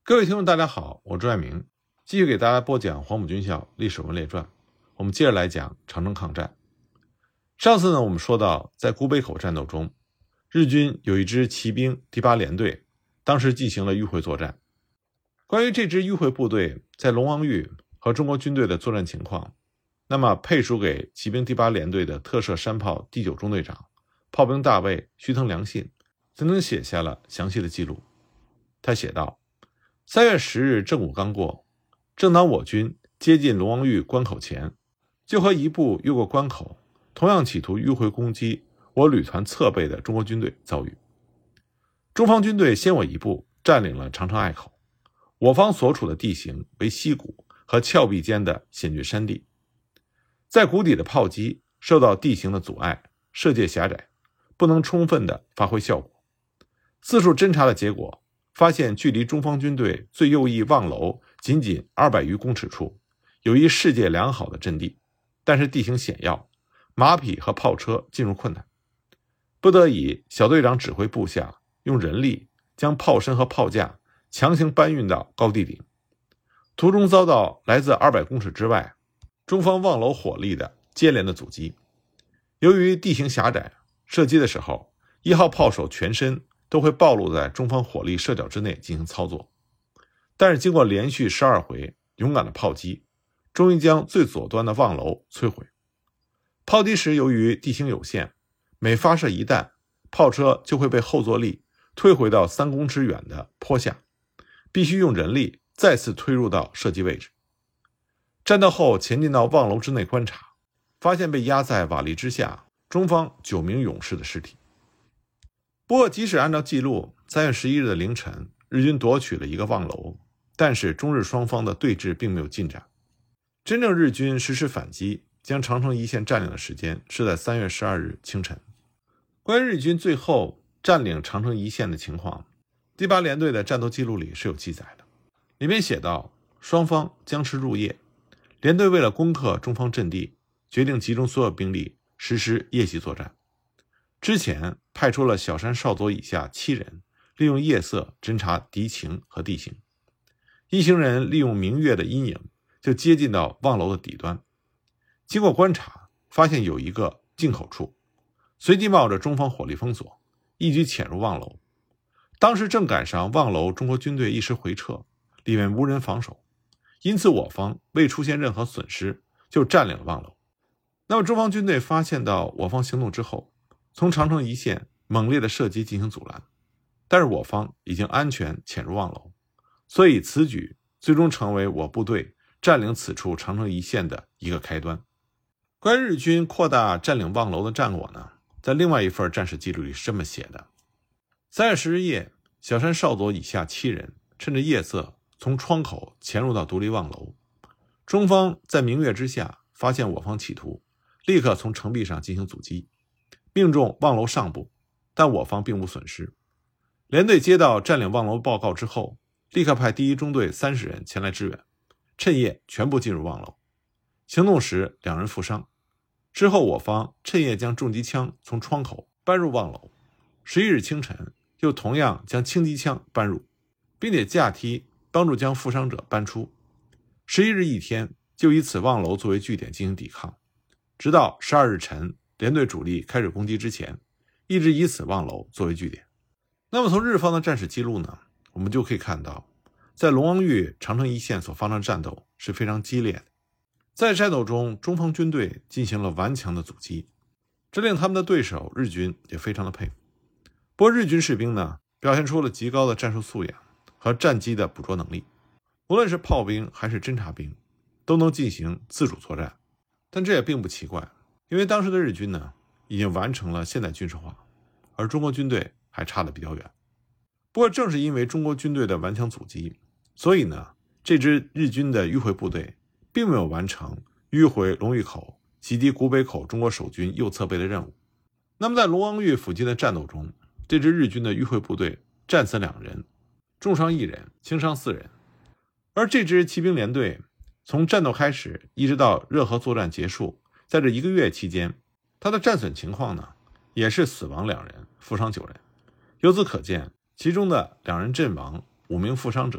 各位听众大家好，我是朱爱明，继续给大家播讲黄埔军校历史文列传。我们接着来讲长征抗战。上次呢，我们说到在古北口战斗中，日军有一支骑兵第8联队，当时进行了迂回作战。关于这支迂回部队在龙王峪和中国军队的作战情况，那么配属给骑兵第8联队的特摄山炮第9中队长炮兵大尉须藤良信曾经写下了详细的记录。他写道：3月10日正午刚过，正当我军接近龙王峪关口前，就和一部越过关口同样企图迂回攻击我旅团侧背的中国军队遭遇。中方军队先我一步占领了长城隘口，我方所处的地形为溪谷和峭壁间的险峻山地，在谷底的炮击受到地形的阻碍，射界狭窄，不能充分的发挥效果。四处侦察的结果发现，距离中方军队最右翼望楼仅200余公尺处有一世界良好的阵地，但是地形险要，马匹和炮车进入困难，不得已小队长指挥部下用人力将炮身和炮架强行搬运到高地顶，途中遭到来自200公尺之外中方望楼火力的接连的阻击。由于地形狭窄，射击的时候1号炮手全身都会暴露在中方火力射角之内进行操作，但是经过连续12回勇敢的炮击，终于将最左端的望楼摧毁。炮击时由于地形有限，每发射一弹，炮车就会被后坐力推回到3公尺远的坡下，必须用人力再次推入到射击位置。战斗后前进到望楼之内观察，发现被压在瓦砾之下中方9名勇士的尸体。不过即使按照记录，3月11日的凌晨，日军夺取了一个望楼，但是中日双方的对峙并没有进展。真正日军实施反击将长城一线占领的时间是在3月12日清晨。关于日军最后占领长城一线的情况，第8联队的战斗记录里是有记载的，里面写道：双方僵持入夜，联队为了攻克中方阵地，决定集中所有兵力实施夜袭作战。之前派出了小山少佐以下7人，利用夜色侦察敌情和地形。一行人利用明月的阴影，就接近到望楼的底端。经过观察，发现有一个进口处，随即冒着中方火力封锁，一举潜入望楼。当时正赶上望楼中国军队一时回撤，里面无人防守，因此我方未出现任何损失，就占领了望楼。那么中方军队发现到我方行动之后，从长城一线猛烈的射击进行阻拦，但是我方已经安全潜入望楼，所以此举最终成为我部队占领此处长城一线的一个开端。关于日军扩大占领望楼的战果呢，在另外一份战史记录里是这么写的：3月10日夜，小山少佐以下7人趁着夜色从窗口潜入到独立望楼，中方在明月之下发现我方企图，立刻从城壁上进行阻击，命中望楼上部，但我方并无损失。联队接到占领望楼报告之后，立刻派第1中队30人前来支援，趁夜全部进入望楼。行动时2人负伤。之后我方趁夜将重机枪从窗口搬入望楼。11日清晨又同样将轻机枪搬入，并且架梯帮助将负伤者搬出。11日一天就以此望楼作为据点进行抵抗，直到12日晨联队主力开始攻击之前，一直以此望楼作为据点。那么从日方的战史记录呢，我们就可以看到，在龙王峪长城一线所发生的战斗是非常激烈的。在战斗中，中方军队进行了顽强的阻击，这令他们的对手日军也非常的佩服。不过日军士兵呢，表现出了极高的战术素养和战机的捕捉能力，无论是炮兵还是侦察兵都能进行自主作战。但这也并不奇怪，因为当时的日军呢已经完成了现代军事化，而中国军队还差得比较远。不过正是因为中国军队的顽强阻击，所以呢这支日军的迂回部队并没有完成迂回龙峪口袭击古北口中国守军右侧背的任务。那么在龙王峪附近的战斗中，这支日军的迂回部队战死2人，重伤1人，轻伤4人。而这支骑兵联队从战斗开始一直到热河作战结束，在这1个月期间，它的战损情况呢也是死亡2人，负伤9人。由此可见，其中的2人阵亡，5名负伤者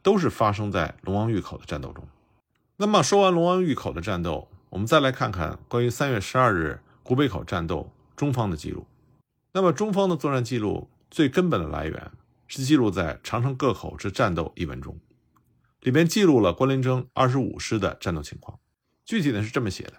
都是发生在龙王峪口的战斗中。那么说完龙王峪口的战斗，我们再来看看关于3月12日古北口战斗中方的记录。那么中方的作战记录最根本的来源是记录在《长城各口之战斗》一文中，里面记录了关林征25师的战斗情况。具体的是这么写的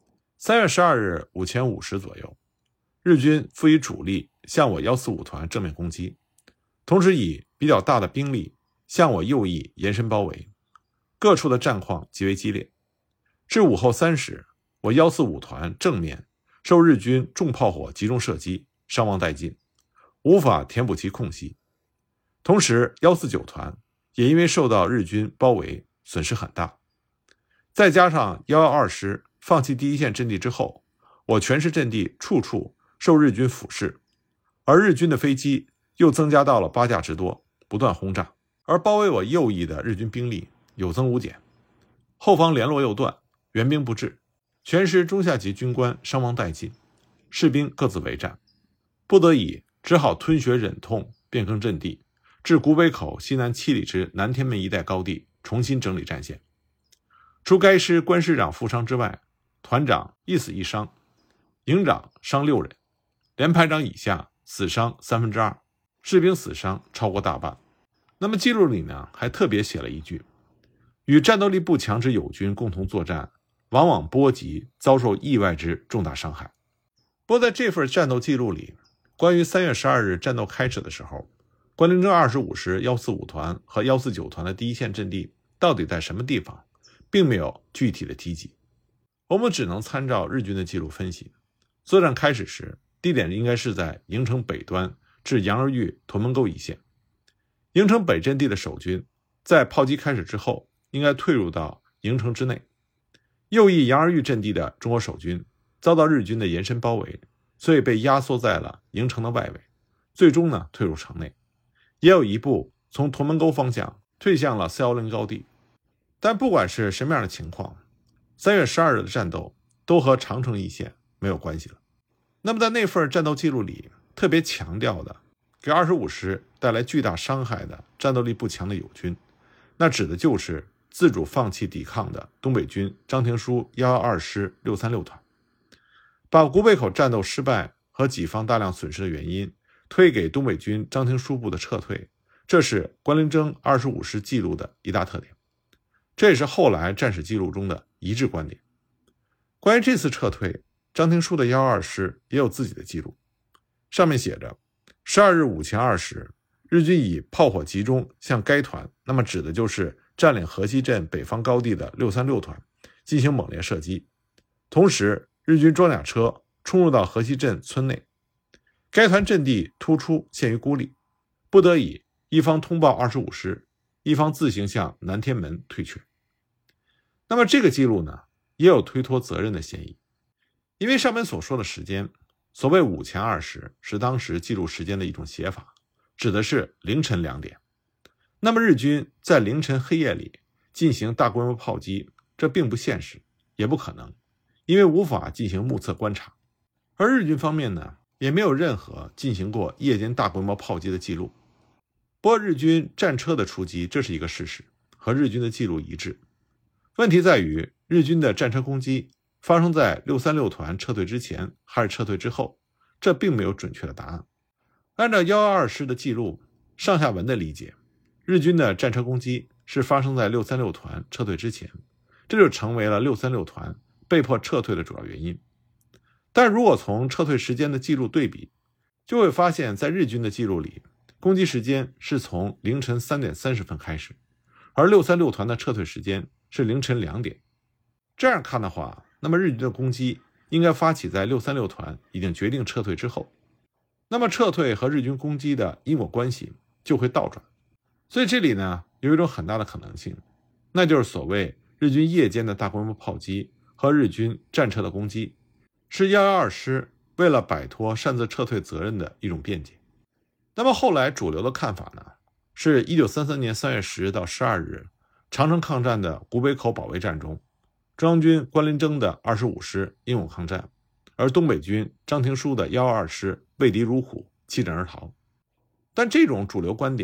：3月12日午前5时左右，日军复以主力向我145团正面攻击，同时以比较大的兵力向我右翼延伸包围，各处的战况极为激烈。至午后3时，我145团正面受日军重炮火集中射击，伤亡殆尽，无法填补其空隙。同时149团也因为受到日军包围，损失很大。再加上112师放弃第一线阵地之后，我全师阵地处处受日军俯视，而日军的飞机又增加到了8架之多，不断轰炸，而包围我右翼的日军兵力有增无减，后方联络又断，援兵不至，全师中下级军官伤亡殆尽，士兵各自为战，不得已只好吞血忍痛变更阵地，至古北口西南7里之南天门一带高地重新整理战线。除该师关师长负伤之外，团长一死一伤，营长伤6人，连排长以下死伤2/3，士兵死伤超过大半。那么记录里呢，还特别写了一句：与战斗力不强之友军共同作战，往往波及遭受意外之重大伤害。不过在这份战斗记录里，关于3月12日战斗开始的时候，关林征25师145团和149团的第一线阵地到底在什么地方，并没有具体的提及。我们只能参照日军的记录分析，作战开始时地点应该是在营城北端至杨儿峪屯门沟一线。营城北阵地的守军在炮击开始之后应该退入到营城之内，右翼杨儿峪阵地的中国守军遭到日军的延伸包围，所以被压缩在了营城的外围，最终呢退入城内，也有一部从屯门沟方向退向了410高地。但不管是什么样的情况，3月12日的战斗都和长城一线没有关系了。那么在那份战斗记录里特别强调的，给25师带来巨大伤害的战斗力不强的友军，那指的就是自主放弃抵抗的东北军张廷书112师636团。把古北口战斗失败和己方大量损失的原因推给东北军张廷书部的撤退，这是关林征25师记录的一大特点，这也是后来战史记录中的一致观点。关于这次撤退，张廷书的112师也有自己的记录，上面写着12日午前2时，日军以炮火集中向该团，那么指的就是占领河西镇北方高地的636团进行猛烈射击，同时日军装甲车冲入到河西镇村内，该团阵地突出陷于孤立，不得已一方通报25师，一方自行向南天门退却。那么这个记录呢，也有推脱责任的嫌疑，因为上面所说的时间，所谓午前2时是当时记录时间的一种写法，指的是凌晨2点。那么日军在凌晨黑夜里进行大规模炮击，这并不现实，也不可能，因为无法进行目测观察。而日军方面呢，也没有任何进行过夜间大规模炮击的记录。不过日军战车的出击，这是一个事实，和日军的记录一致。问题在于日军的战车攻击发生在636团撤退之前还是撤退之后，这并没有准确的答案。按照112师的记录上下文的理解，日军的战车攻击是发生在636团撤退之前，这就成为了636团被迫撤退的主要原因。但如果从撤退时间的记录对比，就会发现在日军的记录里，攻击时间是从凌晨3点30分开始，而636团的撤退时间是凌晨2点。这样看的话，那么日军的攻击应该发起在636团已经决定撤退之后，那么撤退和日军攻击的因果关系就会倒转。所以这里呢，有一种很大的可能性，那就是所谓日军夜间的大规模炮击和日军战车的攻击，是112师为了摆脱擅自撤退责任的一种辩解。那么后来主流的看法呢，是1933年3月10日到12日长城抗战的古北口保卫战中，中央军关林征的25师英勇抗战，而东北军张廷书的112师畏敌如虎，弃阵而逃。但这种主流观点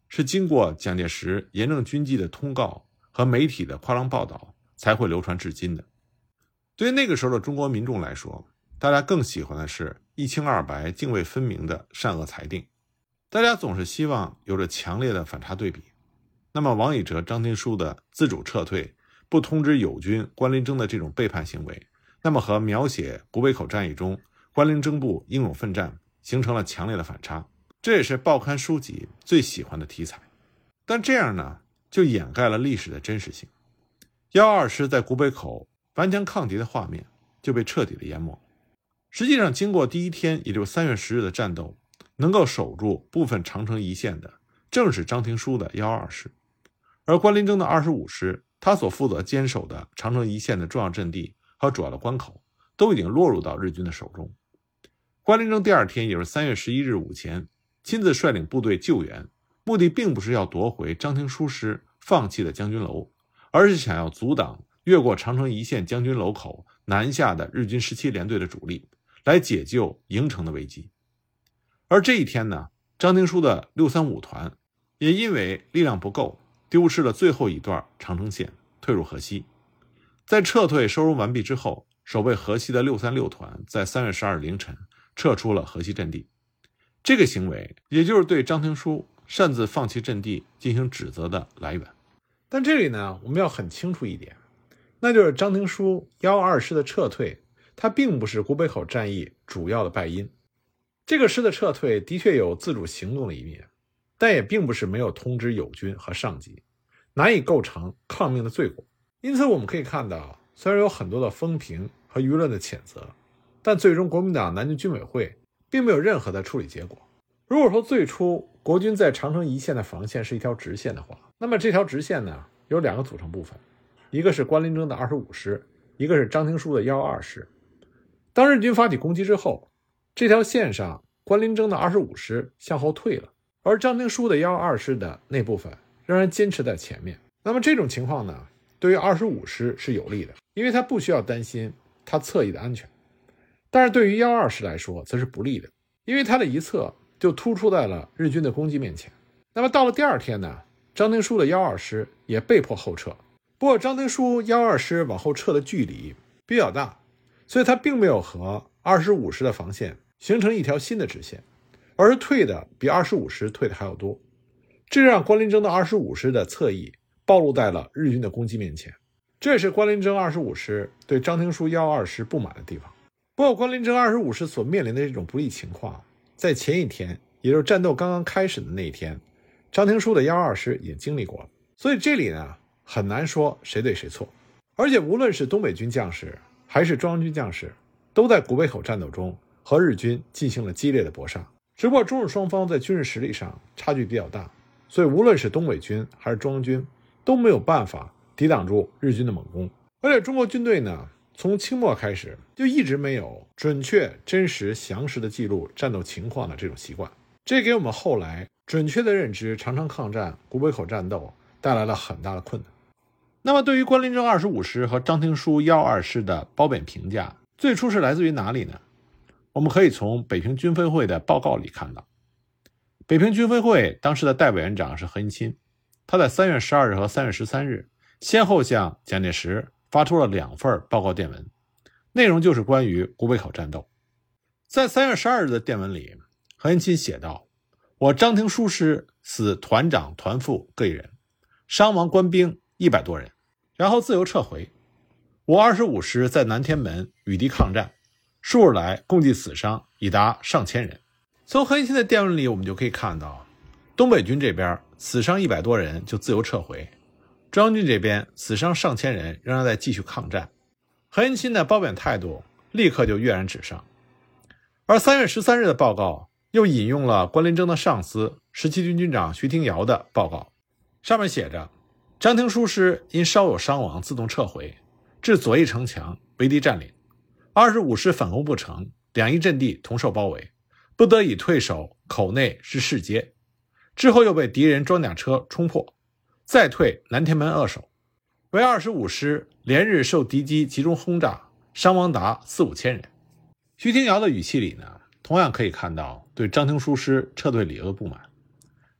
是经过蒋介石严正军纪的通告和媒体的夸张报道才会流传至今的。对于那个时候的中国民众来说，大家更喜欢的是一清二白、泾渭分明的善恶裁定。大家总是希望有着强烈的反差对比。那么王以哲、张廷书的自主撤退、不通知友军关林征的这种背叛行为，那么和描写古北口战役中关林征部英勇奋战形成了强烈的反差，这也是报刊书籍最喜欢的题材。但这样呢，就掩盖了历史的真实性。122师在古北口顽强抗敌的画面就被彻底的淹没。实际上，经过第一天，也就是3月10日的战斗，能够守住部分长城一线的正是张廷书的122师，而关林征的25师，他所负责坚守的长城一线的重要阵地和主要的关口都已经落入到日军的手中。关林征第二天，也就是3月11日午前，亲自率领部队救援，目的并不是要夺回张廷书师放弃的将军楼，而是想要阻挡越过长城一线将军楼口南下的日军17联队的主力，来解救营城的危机。而这一天呢，张廷书的635团也因为力量不够，丢失了最后一段长城线，退入河西。在撤退收容完毕之后，守卫河西的636团在3月12日凌晨撤出了河西阵地。这个行为也就是对张廷书擅自放弃阵地进行指责的来源。但这里呢，我们要很清楚一点，那就是张廷书122师的撤退，它并不是古北口战役主要的败因。这个师的撤退的确有自主行动的一面，但也并不是没有通知友军和上级，难以构成抗命的罪过。因此我们可以看到，虽然有很多的风评和舆论的谴责，但最终国民党南京军委会并没有任何的处理结果。如果说最初国军在长城一线的防线是一条直线的话，那么这条直线呢，有两个组成部分，一个是关林征的25师，一个是张廷书的122师。当日军发起攻击之后，这条线上关林征的25师向后退了，而张廷书的122师的那部分仍然坚持在前面。那么这种情况呢，对于25师是有利的，因为他不需要担心他侧翼的安全。但是对于122师来说则是不利的，因为他的一侧就突出在了日军的攻击面前。那么到了第二天呢，张廷书的122师也被迫后撤。不过张廷书122师往后撤的距离比较大，所以他并没有和25师的防线形成一条新的直线，而是退的比25师退的还要多。这让关林征的25师的侧翼暴露在了日军的攻击面前，这也是关林征25师对张廷书122师不满的地方。不过关林征25师所面临的这种不利情况，在前一天，也就是战斗刚刚开始的那一天，张廷书的122师也经历过了。所以这里呢，很难说谁对谁错。而且无论是东北军将士还是中央军将士，都在古北口战斗中和日军进行了激烈的搏杀。只不过中日双方在军事实力上差距比较大，所以无论是东北军还是中央军都没有办法抵挡住日军的猛攻。而且中国军队呢，从清末开始就一直没有准确、真实、详实的记录战斗情况的这种习惯，这给我们后来准确的认知长城抗战、古北口战斗带来了很大的困难。那么对于关林征25师和张廷书122师的褒贬评价，最初是来自于哪里呢？我们可以从北平军分会的报告里看到。北平军分会当时的代委员长是何应钦，他在3月12日和3月13日先后向蒋介石发出了2份报告电文，内容就是关于古北口战斗。在3月12日的电文里，何应钦写道：我张廷书师死团长团副各一人，伤亡官兵100多人，然后自由撤回。我25师在南天门与敌抗战，数日来共计死伤已达上千人。从何应钦的电文里我们就可以看到，东北军这边死伤100多人就自由撤回，中央军这边死伤上千人仍然在继续抗战。何应钦的褒贬态度立刻就跃然纸上。而3月13日的报告又引用了关林征的上司17军军长徐廷瑶的报告，上面写着：张廷书师因稍有伤亡自动撤回，至左翼城墙为敌占领，25师反攻不成，两翼阵地同受包围，不得已退守口内至市街，之后又被敌人装甲车冲破，再退南天门扼守，为25师连日受敌机集中轰炸，伤亡达4、5千人。徐廷瑶的语气里呢，同样可以看到对张廷书师撤退理由的不满。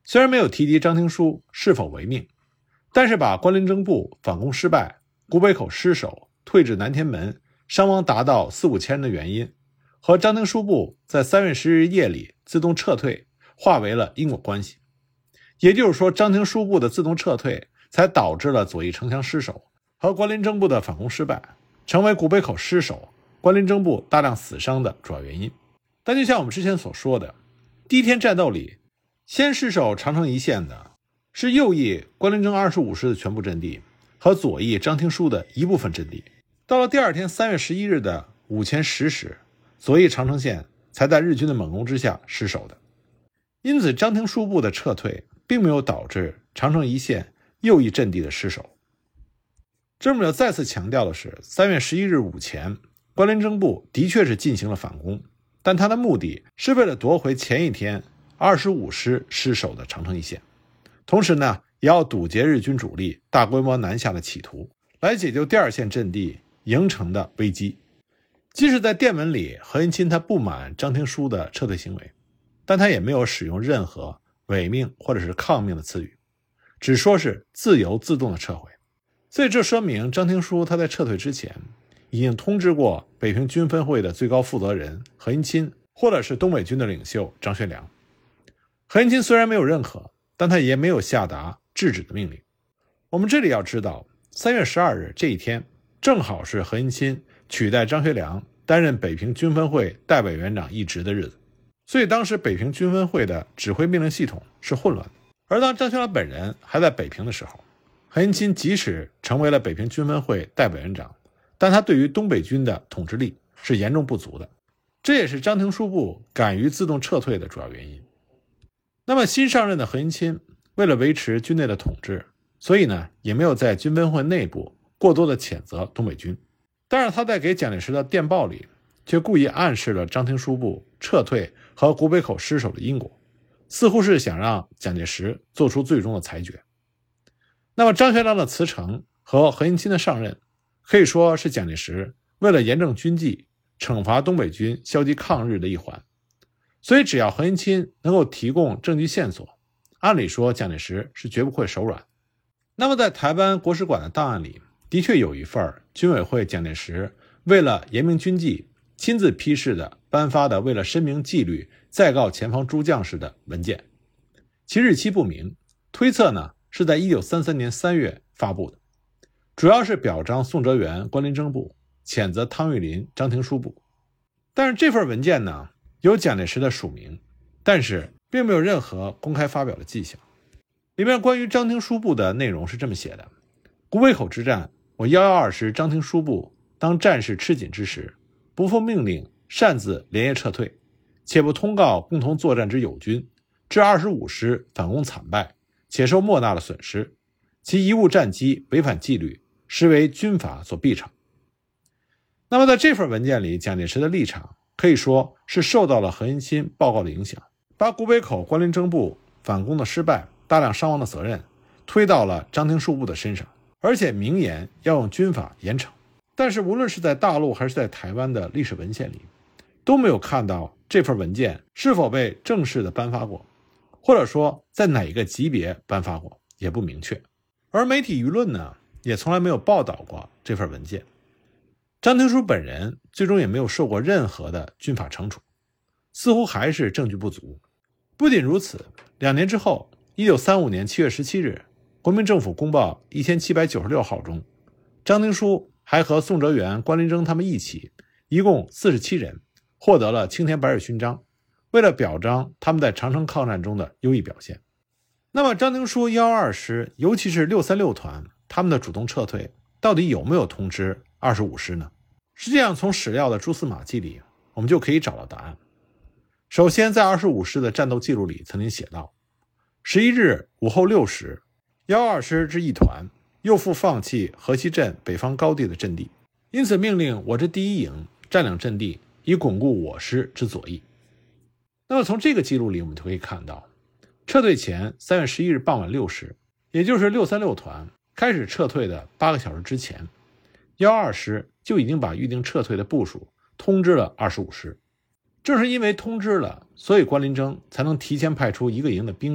虽然没有提及张廷书是否违命，但是把关林征部反攻失败、古北口失守、退至南天门，伤亡达到4、5千人的原因，和张廷书部在3月10日夜里自动撤退化为了因果关系。也就是说，张廷书部的自动撤退才导致了左翼城墙失守和关林征部的反攻失败，成为古北口失守、关林征部大量死伤的主要原因。但就像我们之前所说的，第一天战斗里先失守长城一线的是右翼关林征25师的全部阵地和左翼张廷书的一部分阵地。到了第二天3月11日的午前10时，左翼长城线才在日军的猛攻之下失守的。因此张廷书部的撤退并没有导致长城一线右翼阵地的失守。这么要再次强调的是，3月11日午前，关林征部的确是进行了反攻，但他的目的是为了夺回前一天25师失守的长城一线，同时呢，也要堵截日军主力大规模南下的企图，来解救第二线阵地营城的危机。即使在电文里，何应钦他不满张廷书的撤退行为，但他也没有使用任何违命或者是抗命的词语，只说是自由自动的撤回。所以这说明张廷书他在撤退之前已经通知过北平军分会的最高负责人何应钦，或者是东北军的领袖张学良。何应钦虽然没有认可，但他也没有下达制止的命令。我们这里要知道，3月12日这一天正好是何应钦取代张学良担任北平军分会代委员长一职的日子，所以当时北平军分会的指挥命令系统是混乱的。而当张学良本人还在北平的时候，何应钦即使成为了北平军分会代委员长，但他对于东北军的统治力是严重不足的，这也是张廷书部敢于自动撤退的主要原因。那么新上任的何应钦为了维持军内的统治，所以呢也没有在军分会内部过多的谴责东北军，但是他在给蒋介石的电报里却故意暗示了张廷书部撤退和古北口失守的因果，似乎是想让蒋介石做出最终的裁决。那么张学良的辞呈和何应钦的上任，可以说是蒋介石为了严正军纪、惩罚东北军消极抗日的一环。所以只要何应钦能够提供证据线索，按理说蒋介石是绝不会手软。那么在台湾国史馆的档案里，的确有一份军委会蒋介石为了严明军纪亲自批示的颁发的为了申明纪律再告前方诸将士的文件，其日期不明，推测呢是在1933年3月发布的，主要是表彰宋哲元、关林征部，谴责汤玉麟、张廷书部。但是这份文件呢有蒋介石的署名，但是并没有任何公开发表的迹象。里面关于张廷书部的内容是这么写的：古北口之战，我112师张廷书部当战事吃紧之时，不奉命令，擅自连夜撤退，且不通告共同作战之友军，致25师反攻惨败，且受莫大的损失，其贻误战机，违反纪律，实为军法所必惩。那么在这份文件里，蒋介石的立场可以说是受到了何应钦报告的影响，把古北口关林征部反攻的失败、大量伤亡的责任推到了张廷书部的身上，而且明言要用军法严惩。但是无论是在大陆还是在台湾的历史文献里，都没有看到这份文件是否被正式的颁发过，或者说在哪一个级别颁发过也不明确。而媒体舆论呢，也从来没有报道过这份文件。张廷书本人最终也没有受过任何的军法惩处，似乎还是证据不足。不仅如此，2年之后1935年7月17日，国民政府公报1796号中，张廷书还和宋哲元、关林征他们一起，一共47人获得了青天白日勋章，为了表彰他们在长城抗战中的优异表现。那么张廷书112师，尤其是636团，他们的主动撤退到底有没有通知25师呢？实际上从史料的蛛丝马迹里，我们就可以找到答案。首先在25师的战斗记录里曾经写道，11日午后6时，112师之一团又复放弃河西镇北方高地的阵地，因此命令我之第一营占领阵地，以巩固我师之左翼。那么从这个记录里我们就可以看到，撤退前3月11日傍晚6时，也就是636团开始撤退的8个小时之前，112师就已经把预定撤退的部署通知了25师。正是因为通知了，所以关林征才能提前派出一个营的兵力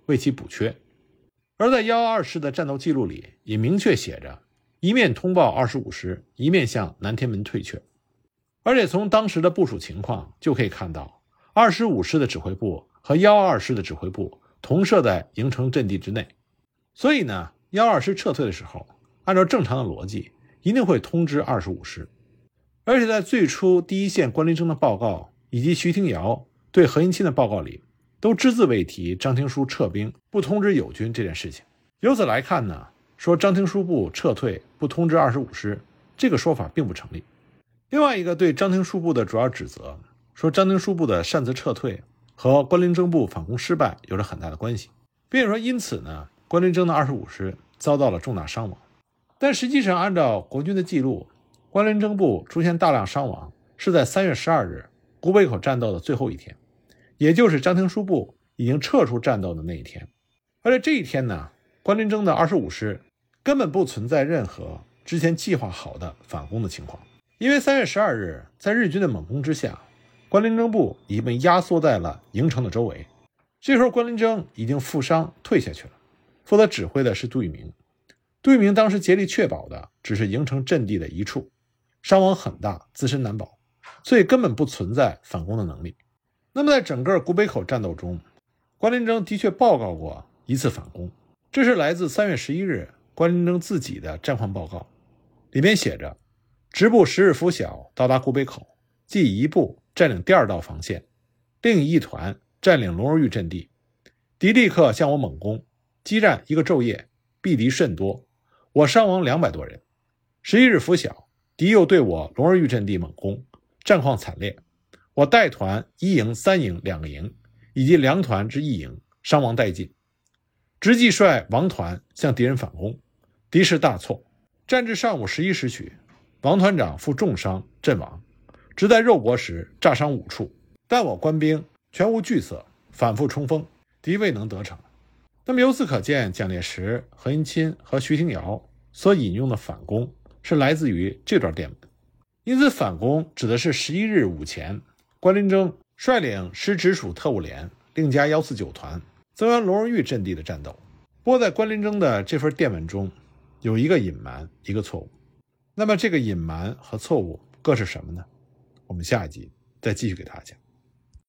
为其补缺。而在112师的战斗记录里也明确写着，一面通报25师，一面向南天门退却。而且从当时的部署情况就可以看到，25师的指挥部和122师的指挥部同设在营城阵地之内。所以呢，122师撤退的时候，按照正常的逻辑一定会通知25师。而且在最初第一线关麟征的报告以及徐廷瑶对何应钦的报告里，都只字未提张廷枢撤兵不通知友军这件事情。由此来看呢，说张廷枢部撤退不通知25师，这个说法并不成立。另外一个对张廷枢部的主要指责，说张廷枢部的擅自撤退和关麟征部反攻失败有着很大的关系，并且说因此呢，关麟征的25师遭到了重大伤亡。但实际上按照国军的记录，关麟征部出现大量伤亡是在3月12日古北口战斗的最后一天，也就是张廷枢部已经撤出战斗的那一天。而且这一天呢，关麟征的25师根本不存在任何之前计划好的反攻的情况，因为3月12日在日军的猛攻之下，关麟征部已经被压缩在了营城的周围。这时候关麟征已经负伤退下去了，负责指挥的是杜聿明。杜聿明当时竭力确保的只是营城阵地的一处，伤亡很大，自身难保，所以根本不存在反攻的能力。那么在整个古北口战斗中，关麟征的确报告过一次反攻，这是来自3月11日关麟征自己的战况报告，里面写着：直部10日拂晓到达古北口，即一部占领第2道防线，另以一团占领龙儿峪阵地，敌立刻向我猛攻，激战一个昼夜，毙敌甚多，我伤亡200多人。11日拂晓，敌又对我龙儿峪阵地猛攻，战况惨烈，我带团1营、3营、2个营以及2团之1营伤亡殆尽。直继率王团向敌人反攻，敌势大挫，战至上午11时许，王团长负重伤阵亡，直在肉搏时炸伤5处，但我官兵全无惧色，反复冲锋，敌未能得逞。那么由此可见，蒋介石、何应钦和徐廷瑶所引用的反攻是来自于这段电文。因此反攻指的是11日午前，关麟征率领师直属特务连另加149团增援龙儿峪阵地的战斗。不过在关麟征的这份电文中有一个隐瞒，一个错误。那么这个隐瞒和错误各是什么呢？我们下一集再继续给大家讲。